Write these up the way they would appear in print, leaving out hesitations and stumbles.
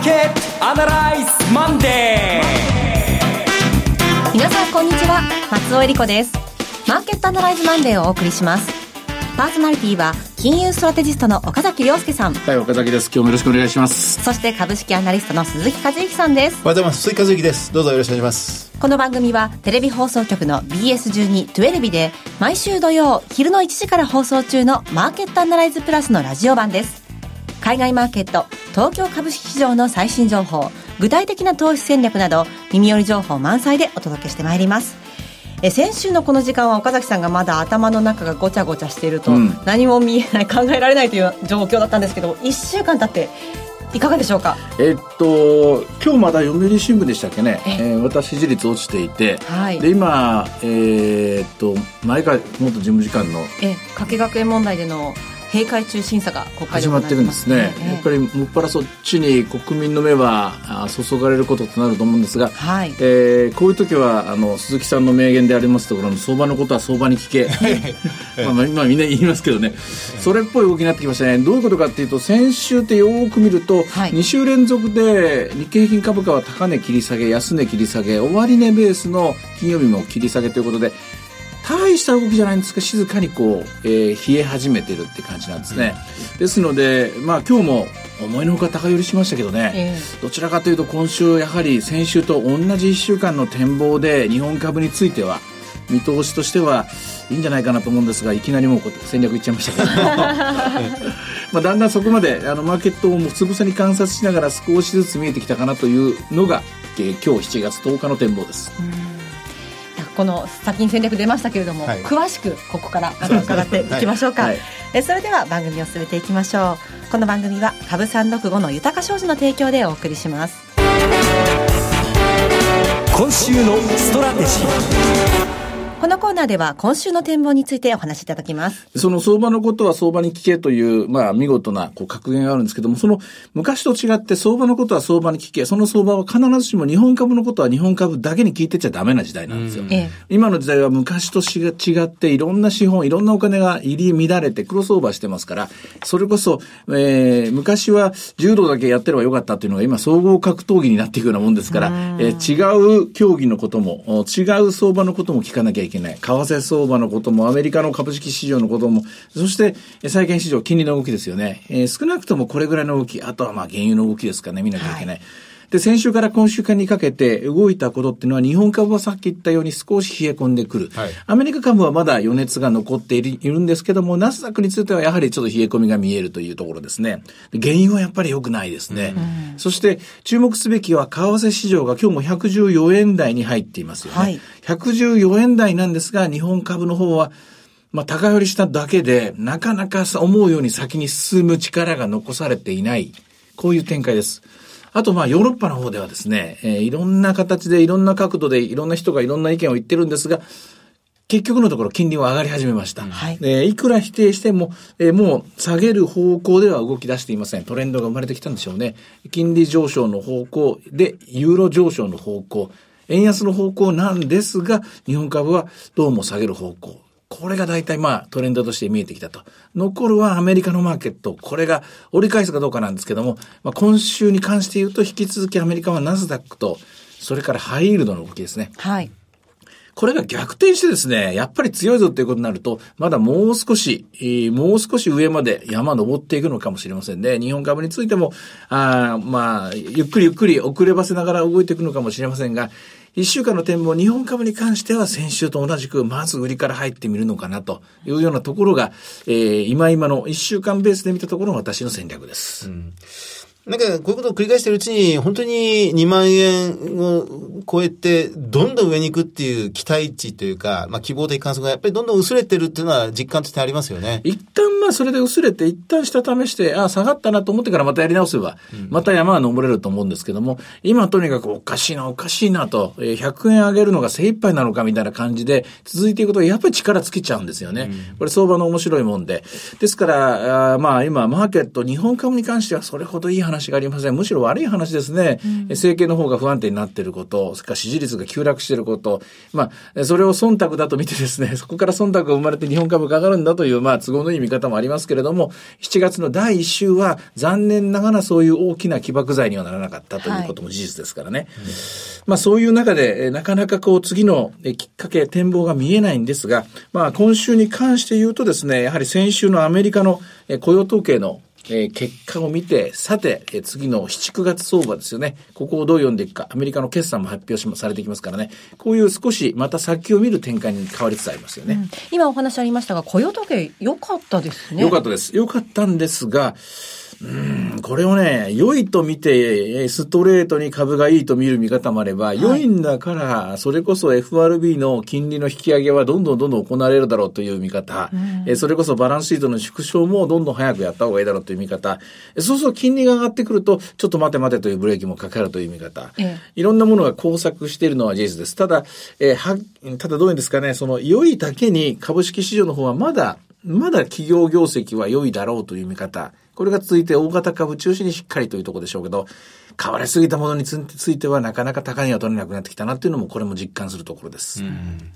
ーケットアナライズマンデー。皆さんこんにちは、松尾恵理子です。マーケットアナライズマンデーをお送りします。パーソナリティは金融ストラテジストの岡崎亮介さん。 はい、岡崎です。今日もよろしくお願いします。 そして株式アナリストの鈴木和之さんです。 おはようございます。鈴木和之です。どうぞよろしくお願いします。 この番組はテレビ放送局の BS12-12 で毎週土曜昼の1時から放送中のマーケットアナライズプラスのラジオ版です。海外マーケット、東京株式市場の最新情報、具体的な投資戦略など耳寄り情報満載でお届けしてまいります。先週のこの時間は岡崎さんがまだ頭の中がごちゃごちゃしていると、何も見えない、考えられないという状況だったんですけど、1週間経っていかがでしょうか。 今日まだ読売新聞でしたっけね、私支持率落ちていて、はい、で今、前川元事務次官の加計学園問題での閉会中審査が国会で始まってるんですね。やっぱりもっぱらそっちに国民の目は注がれることとなると思うんですが、はい、こういう時は鈴木さんの名言でありますところの相場のことは相場に聞け今みんな言いますけどね、それっぽい動きになってきましたね。どういうことかっていうと、先週ってよく見ると、はい、2週連続で日経平均株価は高値切り下げ、安値切り下げ、終値ベースの金曜日も切り下げということで、大した動きじゃないんですが、静かに冷え始めてるって感じなんですね。ですので、今日も思いのほか高寄りしましたけどね、どちらかというと今週やはり先週と同じ1週間の展望で日本株については見通しとしてはいいんじゃないかなと思うんですが、いきなりもう戦略いっちゃいましたけどだんだんそこまでマーケットをもうつぶさに観察しながら少しずつ見えてきたかなというのが、今日7月10日の展望です。 この先に戦略出ましたけれども、はい、詳しくここから伺っていきましょうか、はいはい、それでは番組を進めていきましょう。この番組は株365の豊か商事の提供でお送りします。 今週のストラテジー。 このコーナーでは今週の展望についてお話しいただきます。 その相場のことは相場に聞けという、見事な格言があるんですけども、その昔と違って相場のことは相場に聞け、その相場は必ずしも日本株のことは日本株だけに聞いてちゃダメな時代なんですよ。今の時代は昔と違っていろんな資本、いろんなお金が入り乱れてクロスオーバーしてますから、それこそ、昔は柔道だけやってればよかったというのが今総合格闘技になっていくようなもんですから、違う競技のことも違う相場のことも聞かなきゃいけない。為替相場のこともアメリカの株式市場のことも、そして債券市場金利の動きですよね。少なくともこれぐらいの動き、あとは原油の動きですからね、見なきゃいけない。で、先週から今週間にかけて動いたことっていうのは、日本株はさっき言ったように少し冷え込んでくる。アメリカ株はまだ余熱が残っているんですけども、ナスダックについてはやはりちょっと冷え込みが見えるというところですね。原油はやっぱり良くないですね。そして注目すべきは為替市場が今日も114円台に入っていますよね。114円台なんですが、日本株の方は高寄りしただけで、なかなか思うように先に進む力が残されていない。こういう展開です。あとヨーロッパの方ではですね、いろんな形でいろんな角度でいろんな人がいろんな意見を言ってるんですが、結局のところ金利は上がり始めました。いくら否定しても、もう下げる方向では動き出していません。トレンドが生まれてきたんでしょうね。金利上昇の方向でユーロ上昇の方向、円安の方向なんですが、日本株はどうも下げる方向。これが大体トレンドとして見えてきたと。残るはアメリカのマーケット。これが折り返すかどうかなんですけども、今週に関して言うと引き続きアメリカはナスダックと、それからハイイールドの動きですね。これが逆転してですね、やっぱり強いぞっていうことになると、まだもう少し上まで山登っていくのかもしれませんね。日本株についても、ゆっくり遅ればせながら動いていくのかもしれませんが、1週間の展望、日本株に関しては先週と同じく、まず売りから入ってみるのかなというようなところが、今の1週間ベースで見たところの私の戦略です。 こういうことを繰り返しているうちに、本当に2万円を超えて、どんどん上に行くっていう期待値というか、希望的観測がやっぱりどんどん薄れてるっていうのは実感としてありますよね。 一旦それで薄れて、一旦下試して、下がったなと思ってからまたやり直せば、また山は登れると思うんですけども、今とにかくおかしいなと、100円上げるのが精一杯なのかみたいな感じで続いていくと、やっぱり力尽きちゃうんですよね。これ相場の面白いもんで。ですから、今マーケット、日本株に関してはそれほどいい話がありません。むしろ悪い話ですね。政権の方が不安定になっていること、それから支持率が急落していること、それを忖度だと見てですね、そこから忖度が生まれて日本株が上がるんだという、都合のいい見方ももありますけれども、7月の第1週は残念ながらそういう大きな起爆剤にはならなかったということも事実ですからね。そういう中で、なかなか次のきっかけ、展望が見えないんですが、今週に関して言うとですね、やはり先週のアメリカの雇用統計の結果を見て、さて、次の7、9月相場ですよね。ここをどう読んでいくか。アメリカの決算も発表されてきますからね。こういう少しまた先を見る展開に変わりつつありますよね。 今お話ありましたが、雇用統計良かったですね。 良かったです。良かったんですが、これをね、良いと見て、ストレートに株がいいと見る見方もあれば、良いんだから、それこそ FRB の金利の引き上げはどんどん行われるだろうという見方、それこそバランスシートの縮小もどんどん早くやった方がいいだろうという見方、そうすると金利が上がってくると、ちょっと待てというブレーキもかかるという見方、いろんなものが交錯しているのは事実です。ただ、どういうんですかね、その良いだけに株式市場の方はまだ企業業績は良いだろうという見方、これが続いて大型株中心にしっかりというところでしょうけど、買われすぎたものについてはなかなか高値が取れなくなってきたなっていうのもこれも実感するところです。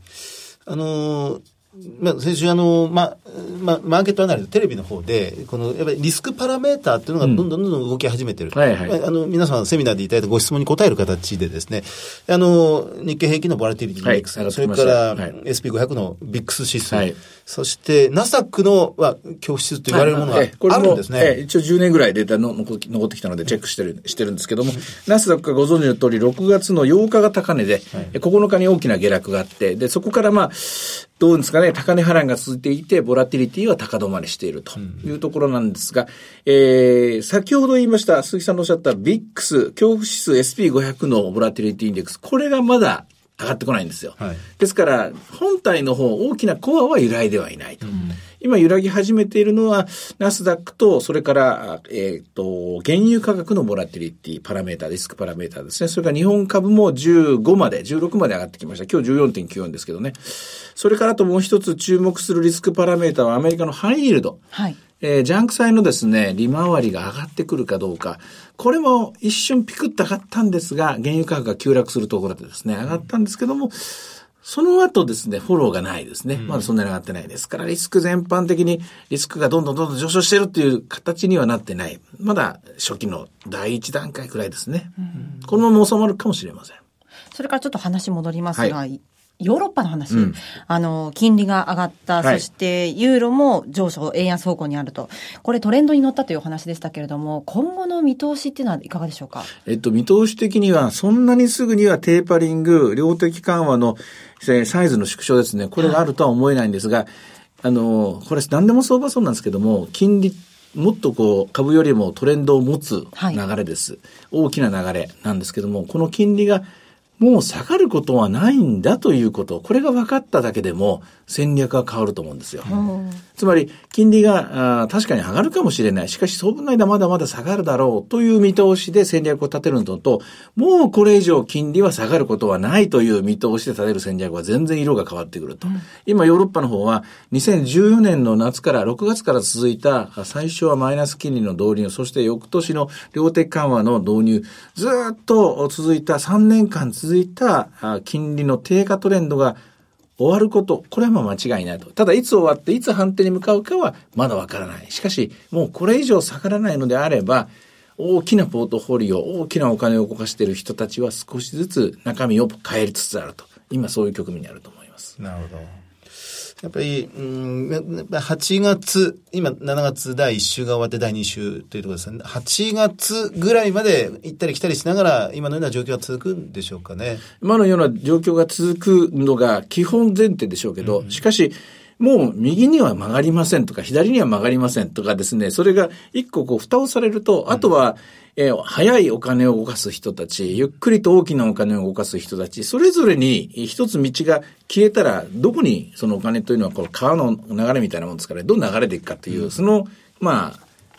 先週マーケットアナリズテレビの方で、やっぱりリスクパラメーターっていうのがどんどん動き始めてる。皆さんセミナーでいただいたご質問に答える形でですね、日経平均のボラティリティインデックス、それから、SP500 のビックス指数、そしてナスダックの恐怖指数と言われるものがあるんですね。 一応10年ぐらいデータ残ってきたのでチェックしてるんですけども、ナスダックがご存知の通り6月の8日が高値で、9日に大きな下落があって、で、そこからどうですかね、高値払いが続いていて、ボラティリティは高止まりしているというところなんですが、先ほど言いました、鈴木さんのおっしゃったビックス、恐怖指数 SP500 のボラティリティインデックス、これがまだ上がってこないんですよ。ですから、本体の方、大きなコアは揺らいではいないと。今揺らぎ始めているのは、ナスダックと、それから、原油価格のボラティリティパラメーター、リスクパラメーターですね。それから日本株も16まで上がってきました。今日 14.94 ですけどね。それからあともう一つ注目するリスクパラメーターはアメリカのハイイールド。ジャンク債のですね、利回りが上がってくるかどうか。これも一瞬ピクッと上がったんですが、原油価格が急落するところでですね、上がったんですけども、その後ですね、フォローがないですね。まだそんなに上がってないですから、リスク全般的にリスクがどんどん上昇しているっていう形にはなってない。まだ初期の第一段階くらいですね。このまま収まるかもしれません。 それからちょっと話戻りますが、ヨーロッパの話、金利が上がった、そしてユーロも上昇、円安方向にあると。これトレンドに乗ったというお話でしたけれども、今後の見通しっていうのはいかがでしょうか？ 見通し的には、そんなにすぐにはテーパリング、量的緩和のサイズの縮小ですね。これがあるとは思えないんですが、これ何でも相場そうなんですけども、金利、もっと株よりもトレンドを持つ流れです。大きな流れなんですけども、この金利がもう下がることはないんだということ、これが分かっただけでも戦略が変わると思うんですよ。つまり金利が確かに上がるかもしれない。しかし相場の間まだまだ下がるだろうという見通しで戦略を立てるのと、もうこれ以上金利は下がることはないという見通しで立てる戦略は全然色が変わってくると。今ヨーロッパの方は2014年の夏から6月から続いた最初はマイナス金利の導入、そして翌年の量的緩和の導入、ずっと続いた3年間続いた金利の低下トレンドが終わること、これは間違いないと。ただいつ終わっていつ反転に向かうかはまだわからない。しかしもうこれ以上下がらないのであれば、大きなポートフォリオ、大きなお金を動かしている人たちは少しずつ中身を変えつつあると。今そういう局面にあると思います。 なるほど。やっぱり、8月、今7月第1週が終わって第2週というところですね。8月ぐらいまで行ったり来たりしながら、今のような状況は続くんでしょうかね。 今のような状況が続くのが基本前提でしょうけど、しかし、もう右には曲がりませんとか、左には曲がりませんとかですね、それが一個蓋をされると、あとは、早いお金を動かす人たち、ゆっくりと大きなお金を動かす人たち、それぞれに一つ道が消えたら、どこにそのお金というのは、この川の流れみたいなもんですから、どう流れていくかという、その、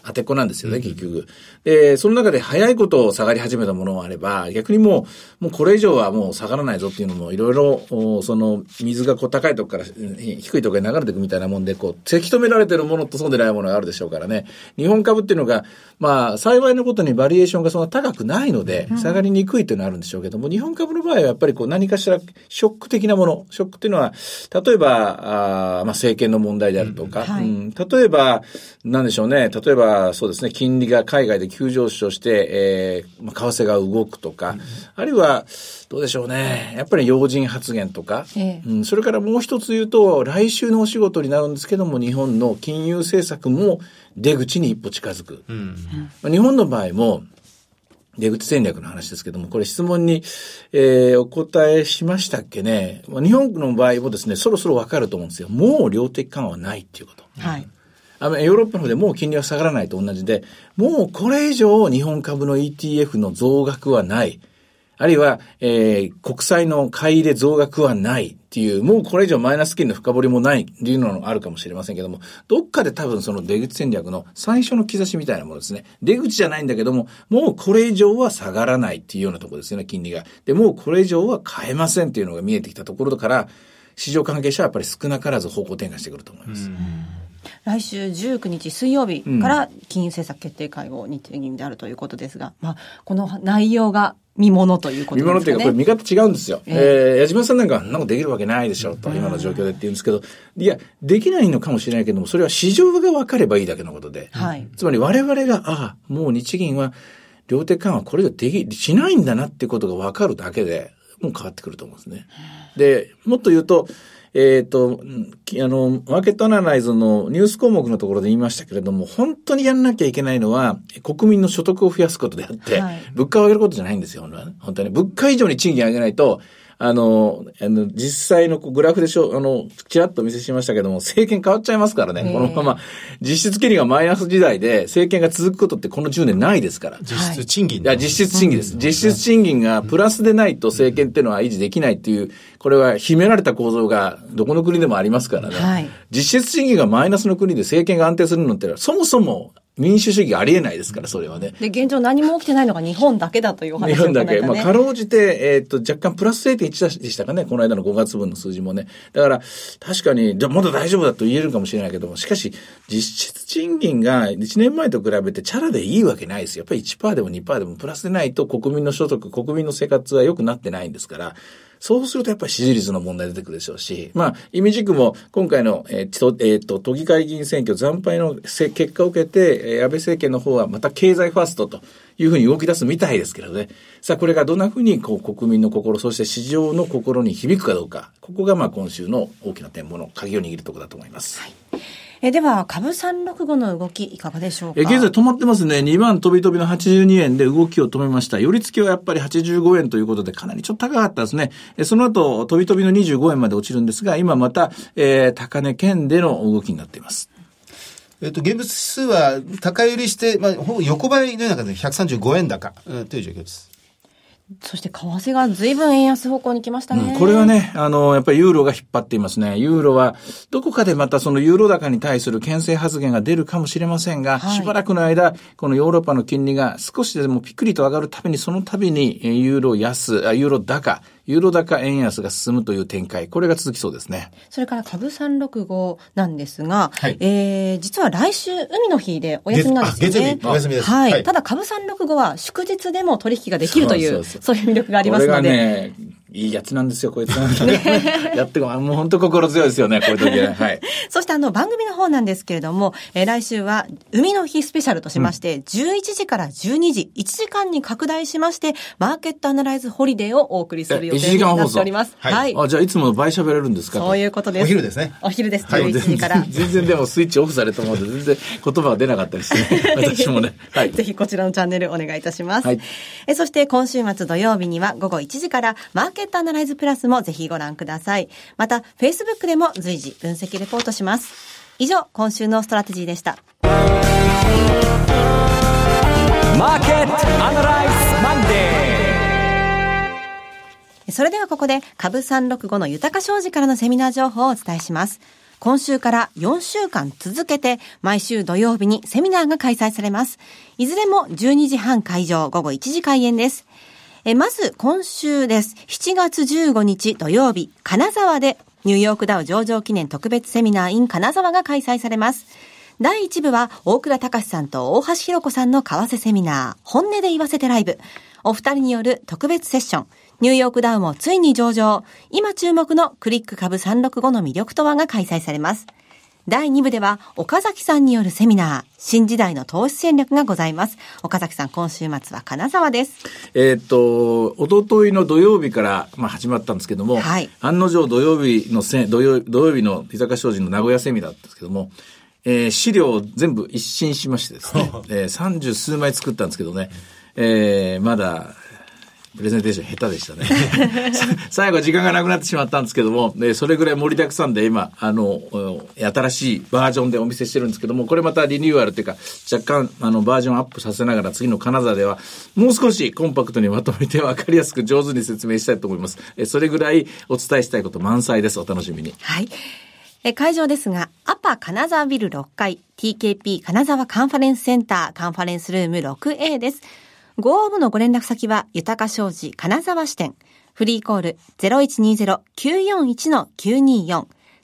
当てっこなんですよね、結局。で、その中で早いこと下がり始めたものもあれば、逆にもうこれ以上はもう下がらないぞっていうのもいろいろ、その水が高いところから低いところに流れていくみたいなもんで、せき止められてるものとそうでないものがあるでしょうからね。日本株っていうのが、幸いのことにバリエーションがそんな高くないので、下がりにくいというのはあるんでしょうけども、日本株の場合はやっぱり何かしらショック的なもの、ショックっていうのは、例えば、政権の問題であるとか、例えば、なんでしょうね、例えばそうですね、金利が海外で急上昇して、為替が動くとか、あるいは、どうでしょうね、やっぱり要人発言とか、それからもう一つ言うと、来週のお仕事になるんですけども、日本の金融政策も出口に一歩近づく。日本の場合も、出口戦略の話ですけども、これ質問に、お答えしましたっけね。日本の場合もですね、そろそろわかると思うんですよ。もう量的緩和はないっていうこと。はい。ヨーロッパの方でもう金利は下がらないと同じで、もうこれ以上日本株の ETF の増額はない。あるいは、国債の買い入れ増額はないっていう、もうこれ以上マイナス金の深掘りもないっていうのがあるかもしれませんけども、どっかで多分その出口戦略の最初の兆しみたいなものですね。出口じゃないんだけども、もうこれ以上は下がらないっていうようなところですよね、金利が。で、もうこれ以上は買えませんっていうのが見えてきたところから、市場関係者はやっぱり少なからず方向転換してくると思います。 来週19日水曜日から金融政策決定会合日銀であるということですが、この内容が見物ということですかね。見物っていうか、これ見方違うんですよ。矢島さんなんか、なんかできるわけないでしょ、と、今の状況でって言うんですけど、いや、できないのかもしれないけども、それは市場が分かればいいだけのことで。つまり我々が、もう日銀は、量的緩和これじゃしないんだなっていうことが分かるだけで、もう変わってくると思うんですね。で、もっと言うと、マーケットアナライズのニュース項目のところで言いましたけれども、本当にやんなきゃいけないのは、国民の所得を増やすことであって、物価を上げることじゃないんですよ、本当に。物価以上に賃金上げないと、実際のグラフでちらっとお見せしましたけども、政権変わっちゃいますからね。このまま、実質金利がマイナス時代で、政権が続くことってこの10年ないですから。 実質賃金、 実質賃金です。実質賃金がプラスでないと政権っていうのは維持できないっていう、これは秘められた構造がどこの国でもありますからね。実質賃金がマイナスの国で政権が安定するのって、そもそも、民主主義ありえないですから、それはね。 で、現状何も起きてないのが日本だけだというお話を、 日本だけ。かろうじて、若干プラス 0.1 でしたかね、この間の5月分の数字もね。だから、確かに、まだ大丈夫だと言えるかもしれないけども、しかし、実質賃金が1年前と比べてチャラでいいわけないですよ。やっぱり 1% でも 2% でもプラスでないと国民の所得、国民の生活は良くなってないんですから、そうするとやっぱり支持率の問題出てくるでしょうし、意味軸も今回の、都議会議員選挙惨敗の結果を受けて、安倍政権の方はまた経済ファーストというふうに動き出すみたいですけどね。さあ、これがどんなふうに国民の心、そして市場の心に響くかどうか、ここが今週の大きな展望の鍵を握るところだと思います。 では、株365の動きいかがでしょうか。 現在止まってますね。2万飛び飛びの82円で動きを止めました。寄り付きはやっぱり85円ということで、かなりちょっと高かったですね。その後、飛び飛びの25円まで落ちるんですが、今また、高値圏での動きになっています。 現物指数は高寄りして、ほぼ横ばいのような形で135円高、という状況です。 そして為替が随分円安方向に来ましたね。 これはね、やっぱりユーロが引っ張っていますね。ユーロは、どこかでまたそのユーロ高に対する牽制発言が出るかもしれませんが、しばらくの間、このヨーロッパの金利が少しでもピクリと上がるたびに、その度にユーロ高円安が進むという展開、これが続きそうですね。 それから株365なんですが、実は来週海の日でお休みなんですよね。 月曜日お休みです。 ただ株365は祝日でも取引ができるという、そういう魅力がありますので。 これがね、いいやつなんですよ、こいつなんかね。やってもう本当心強いですよね、こういう時ね。 そして番組の方なんですけれども、来週は海の日スペシャルとしまして、11時から12時、1時間に拡大しまして、マーケットアナライズホリデーをお送りする予定になっております。 じゃあいつもの倍喋れるんですか。 そういうことです。 お昼ですね。 お昼です、11時から。 全然でもスイッチオフされたもので、全然言葉が出なかったりしてね。私もね。 ぜひこちらのチャンネルお願いいたします。そして今週末土曜日には午後1時からマーケットアナライズプラスもぜひご覧ください。また Facebook でも随時分析レポートします。以上、今週のストラテジーでした。 マーケットアナライズマンデー。それではここで株365の豊か商事からのセミナー情報をお伝えします。 今週から4週間続けて毎週土曜日にセミナーが開催されます。いずれも12時半会場、午後1時開演です。まず今週です。7月15日土曜日、金沢でニューヨークダウ上場記念特別セミナー in 金沢が開催されます。第1部は大倉隆さんと大橋ひろ子さんの為替セミナー、本音で言わせてライブ。お二人による特別セッション。ニューヨークダウもついに上場。今注目のクリック株365の魅力とはが開催されます。第2部では岡崎さんによるセミナー、新時代の投資戦略がございます。岡崎さん、今週末は金沢です。 おとといの土曜日から、始まったんですけども、はい、案の定土曜日の井坂商事の名古屋セミナーですけども、資料を全部一新しましてですね、30数枚作ったんですけどね、まだプレゼンテーション下手でしたね最後時間がなくなってしまったんですけども、それぐらい盛りだくさんで今新しいバージョンでお見せしてるんですけども、これまたリニューアルというか若干バージョンアップさせながら、次の金沢ではもう少しコンパクトにまとめて分かりやすく上手に説明したいと思います。それぐらいお伝えしたいこと満載です。お楽しみに。 はい。会場ですが、アパ金沢ビル6階 TKP 金沢カンファレンスセンターカンファレンスルーム 6A です。ご応募のご連絡先は豊商事金沢支店、フリーコール 0120-941-924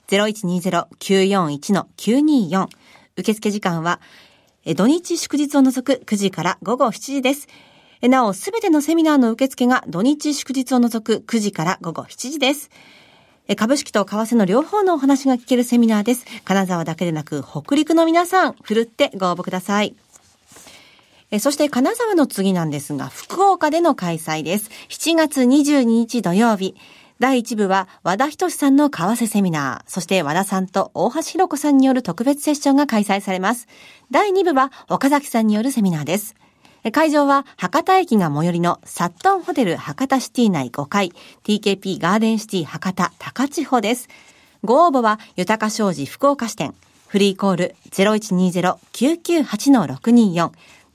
0120-941-924。受付時間は土日祝日を除く9時から午後7時です。なお、すべてのセミナーの受付が土日祝日を除く9時から午後7時です。株式と為替の両方のお話が聞けるセミナーです。金沢だけでなく北陸の皆さん、ふるってご応募ください。そして金沢の次なんですが、福岡での開催です。7月22日土曜日。第1部は和田仁さんの為替セミナー、そして和田さんと大橋ひろ子さんによる特別セッションが開催されます。第2部は岡崎さんによるセミナーです。会場は博多駅が最寄りのサットンホテル博多シティ内5階 TKP ガーデンシティ博多高千穂です。ご応募は豊商事福岡支店、フリーコール 0120-998-624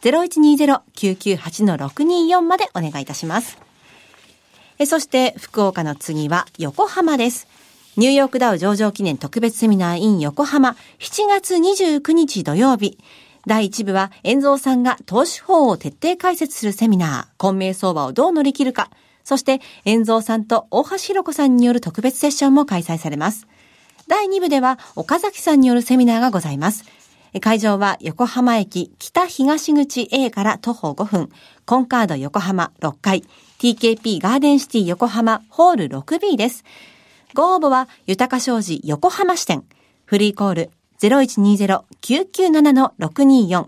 0120-998-624 までお願いいたします。そして福岡の次は横浜です。ニューヨークダウ上場記念特別セミナー in 横浜7月29日土曜日。第1部は遠蔵さんが投資法を徹底解説するセミナー、混迷相場をどう乗り切るか。そして遠蔵さんと大橋ひろ子さんによる特別セッションも開催されます。第2部では岡崎さんによるセミナーがございます。会場は横浜駅北東口 A から徒歩5分、コンカード横浜6階 TKP ガーデンシティ横浜ホール 6B です。ご応募は豊商事横浜支店、フリーコール0120-997-624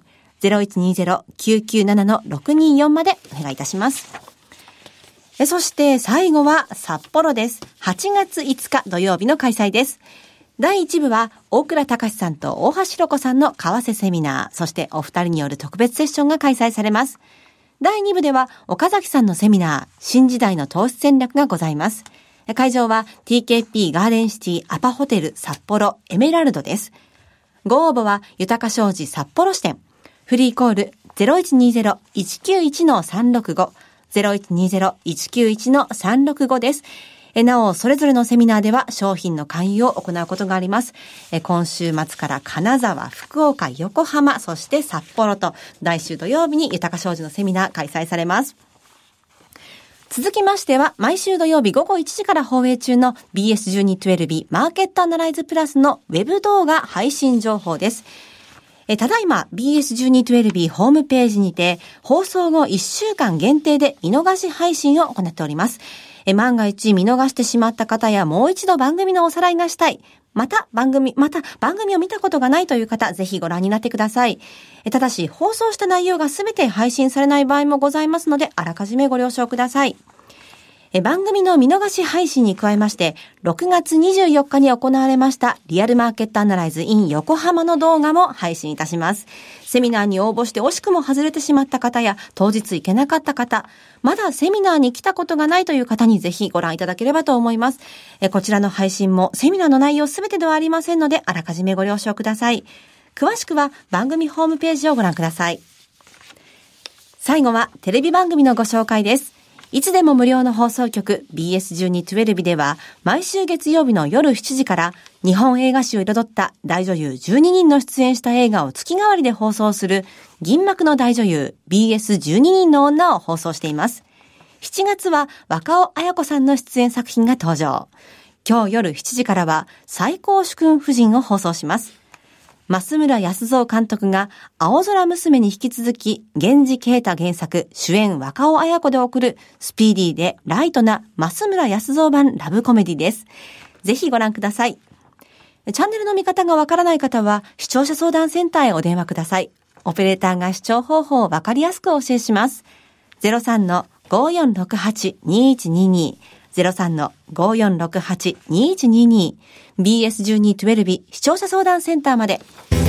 0120-997-624 までお願いいたします。そして最後は札幌です。8月5日土曜日の開催です。第1部は大倉隆さんと大橋ひろ子さんの為替セミナー、そしてお二人による特別セッションが開催されます。第2部では岡崎さんのセミナー、新時代の投資戦略がございます。会場は TKP ガーデンシティアパホテル札幌エメラルドです。ご応募は豊商事札幌支店、フリーコール 0120-191-365 0120-191-365 です。なお、それぞれのセミナーでは商品の勧誘を行うことがあります。今週末から金沢、福岡、横浜、そして札幌と、来週土曜日に豊商事のセミナー開催されます。続きましては、毎週土曜日午後1時から放映中の BS1212 マーケットアナライズプラスのウェブ動画配信情報です。ただいま BS1212 ホームページにて放送後1週間限定で見逃し配信を行っております。万が一見逃してしまった方やもう一度番組のおさらいがしたい、また番組を見たことがないという方、ぜひご覧になってください。ただし放送した内容がすべて配信されない場合もございますので、あらかじめご了承ください。番組の見逃し配信に加えまして、6月24日に行われましたリアルマーケットアナライズ in 横浜の動画も配信いたします。セミナーに応募して惜しくも外れてしまった方や、当日行けなかった方、まだセミナーに来たことがないという方にぜひご覧いただければと思います。こちらの配信もセミナーの内容すべてではありませんので、あらかじめご了承ください。詳しくは番組ホームページをご覧ください。最後はテレビ番組のご紹介です。 いつでも無料の放送局 BS12-12 では毎週月曜日の夜7時から日本映画史を彩った大女優12人の出演した映画を月替わりで放送する銀幕の大女優 BS12 人の女を放送しています。7月は若尾彩子さんの出演作品が登場。今日夜7時からは最高主君夫人を放送します。増村康造監督が青空娘に引き続き源氏啓太原作主演若尾彩子で送るスピーディーでライトな増村康造版ラブコメディです。ぜひご覧ください。チャンネルの見方がわからない方は視聴者相談センターへお電話ください。オペレーターが視聴方法をわかりやすくお教えします。03-5468-2122 03-5468-2122 BS12-12 視聴者相談センターまで。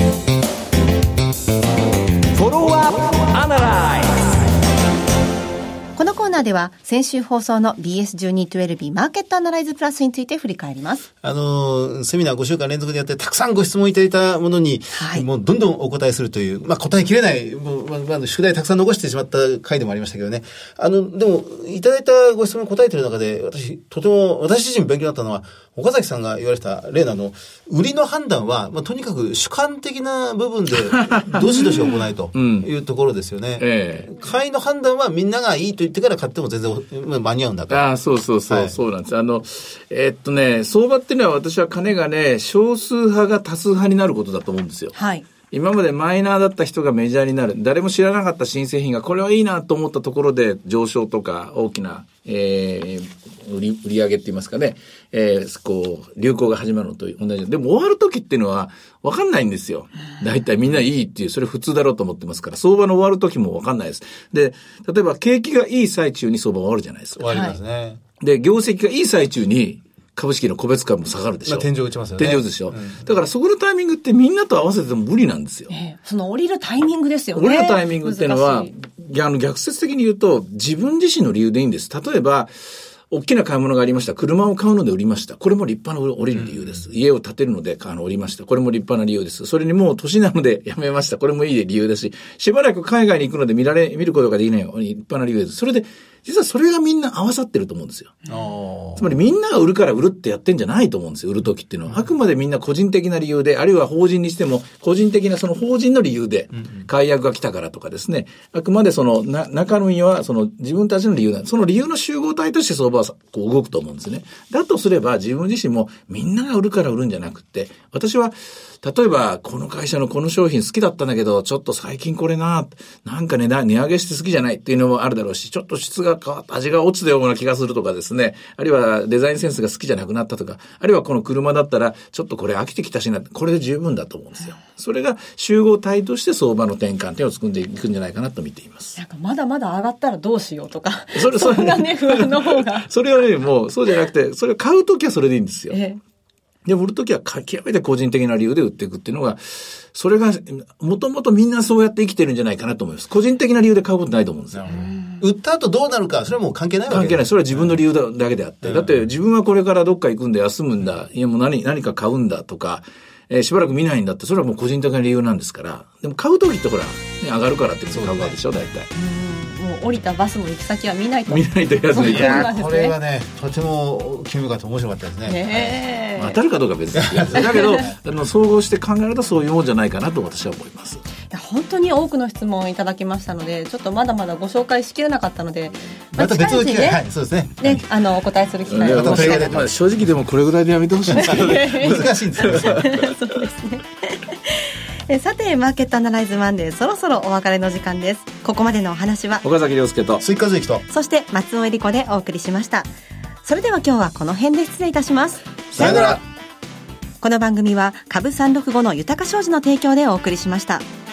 フォローアップアナライズ。 このコーナーでは先週放送の BS12-12 マーケットアナライズプラスについて振り返ります。 セミナー5週間連続でやってたくさんご質問いただいたものに、もうどんどんお答えするという、答えきれない、宿題たくさん残してしまった回でもありましたけどね。でも、いただいたご質問答えてる中で、私自身勉強になったのは、岡崎さんが言われた例の売りの判断は、とにかく主観的な部分で、どしどし行いというところですよね。買いの判断はみんながいいと言ってから買っても全然間に合うんだと。 そうなんです。相場っていうのは私は金がね、少数派が多数派になることだと思うんですよ。 はい。 今までマイナーだった人がメジャーになる。誰も知らなかった新製品がこれはいいなと思ったところで上昇とか大きな、売り上げって言いますかね、流行が始まるのと同じ。でも終わる時っていうのは分かんないんですよ。だいたいみんないいっていう、それ普通だろうと思ってますから、相場の終わる時も分かんないです。で、例えば景気がいい最中に相場終わるじゃないですか。 終わりますね。 で、業績がいい最中に株式の個別株も下がるでしょ。 天井打ちますよね。 天井でしょ。だからそこのタイミングってみんなと合わせても無理なんですよ。 その降りるタイミングですよね。 降りるタイミングっていうのは、逆説的に言うと自分自身の理由でいいんです。例えば、大きな買い物がありました。車を買うので売りました。これも立派な降りる理由です。家を建てるので売りました。これも立派な理由です。それにもう年なのでやめました。これもいい理由ですし、しばらく海外に行くので見ることができない立派な理由です。それで、実はそれがみんな合わさってると思うんですよ。つまりみんなが売るから売るってやってんじゃないと思うんですよ。売るときっていうのは。あくまでみんな個人的な理由で、あるいは法人にしても個人的なその法人の理由で、解約が来たからとかですね。あくまでその中身はその自分たちの理由だ。その理由の集合体として相場はこう動くと思うんですね。だとすれば自分自身もみんなが売るから売るんじゃなくって、私は例えばこの会社のこの商品好きだったんだけど、ちょっと最近これなんかね、値上げして好きじゃないっていうのもあるだろうし、ちょっと質が変わった、味が落ちたような気がするとかですね。あるいはデザインセンスが好きじゃなくなったとか、あるいはこの車だったらちょっとこれ飽きてきたしな、これで十分だと思うんですよ。それが集合体として相場の転換点を作っていくんじゃないかなと見ています。 なんかまだまだ上がったらどうしようとか。 そんなね、不安の方が。 それはね、もうそうじゃなくて、それを買うときはそれでいいんですよ。で、売るときは極めて個人的な理由で売っていくっていうのが、それが、もともとみんなそうやって生きてるんじゃないかなと思います。個人的な理由で買うことないと思うんですよ。 売った後どうなるか、それはもう関係ないわけです。 関係ない。それは自分の理由だけであって。だって自分はこれからどっか行くんで休むんだ。いやもう何か買うんだとか、しばらく見ないんだって、それはもう個人的な理由なんですから。でも買うときってほら、ね、上がるからって買うわけでしょ、大体。 もう降りたバスの行き先は見ないと。 見ないとやついや、これはね、とても興味深くて面白かったですね。 当たるかどうか別ですだけど総合して考えるとそういうもんじゃないかなと私は思います。 いや本当に多くの質問をいただきましたので、ちょっとまだまだご紹介しきれなかったので、 また別の機会、はい、そうですね。 お答えする機会を正直でもこれぐらいでやめてほしいんですけど難しいんですよ。 そうですね。さてマーケットアナライズマンデー、そろそろお別れの時間です。ここまでのお話は岡崎亮介と鈴木和之と、 そして松尾恵理子でお送りしました。それでは今日はこの辺で失礼いたします。 さよなら。 この番組は株365の豊か商事の提供でお送りしました。